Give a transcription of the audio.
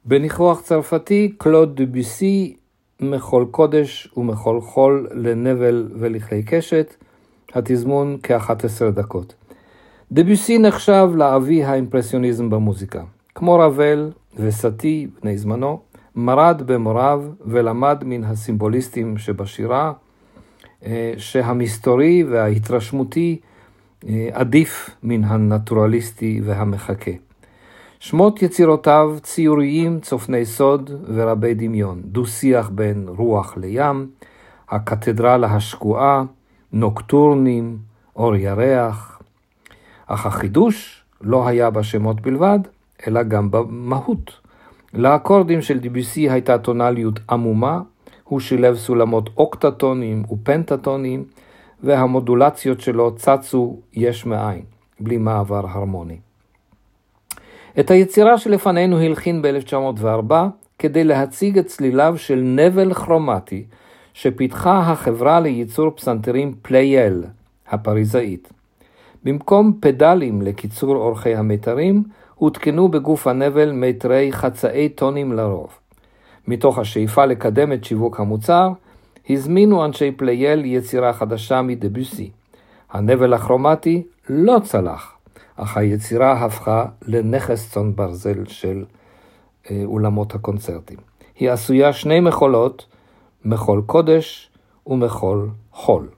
בניחוח צרפתי, קלוד דביוסי, מחול קודש ומחול חול לנבל ולכלי קשת, התזמון כ-11 דקות. דביוסי נחשב לאבי האימפרסיוניזם במוזיקה. כמו רבל וסטי, בני זמנו, מרד במוריו ולמד מן הסימבוליסטים שבשירה, שהמסתורי וההתרשמותי עדיף מן הנטורליסטי והמחכה. שמות יצירותיו ציוריים, צופני סוד ורבי דמיון, דו שיח בין רוח לים, הקתדרלה השקועה, נוקטורנים, אור ירח. אך החידוש לא היה בשמות בלבד, אלא גם במהות. לאקורדים של דביוסי הייתה טונליות עמומה, הוא שילב סולמות אוקטטונים ופנטטונים, והמודולציות שלו צצו יש מאין, בלי מעבר הרמוני. את היצירה שלפנינו הלחין ב-1904 כדי להציג את צליליו של נבל כרומטי שפיתחה החברה לייצור פסנתרים פלייל, הפריזאית. במקום פדלים לקיצור אורכי המתרים, הותקנו בגוף הנבל מטרי חצאי טונים לרוב. מתוך השאיפה לקדם את שיווק המוצר, הזמינו אנשי פלייל יצירה חדשה מדביוסי. הנבל הכרומטי לא צלח, אך היצירה הפכה לנכס צאן ברזל של אולמות הקונצרטים. היא עשויה שני מחולות, מחול קודש ומחול חול.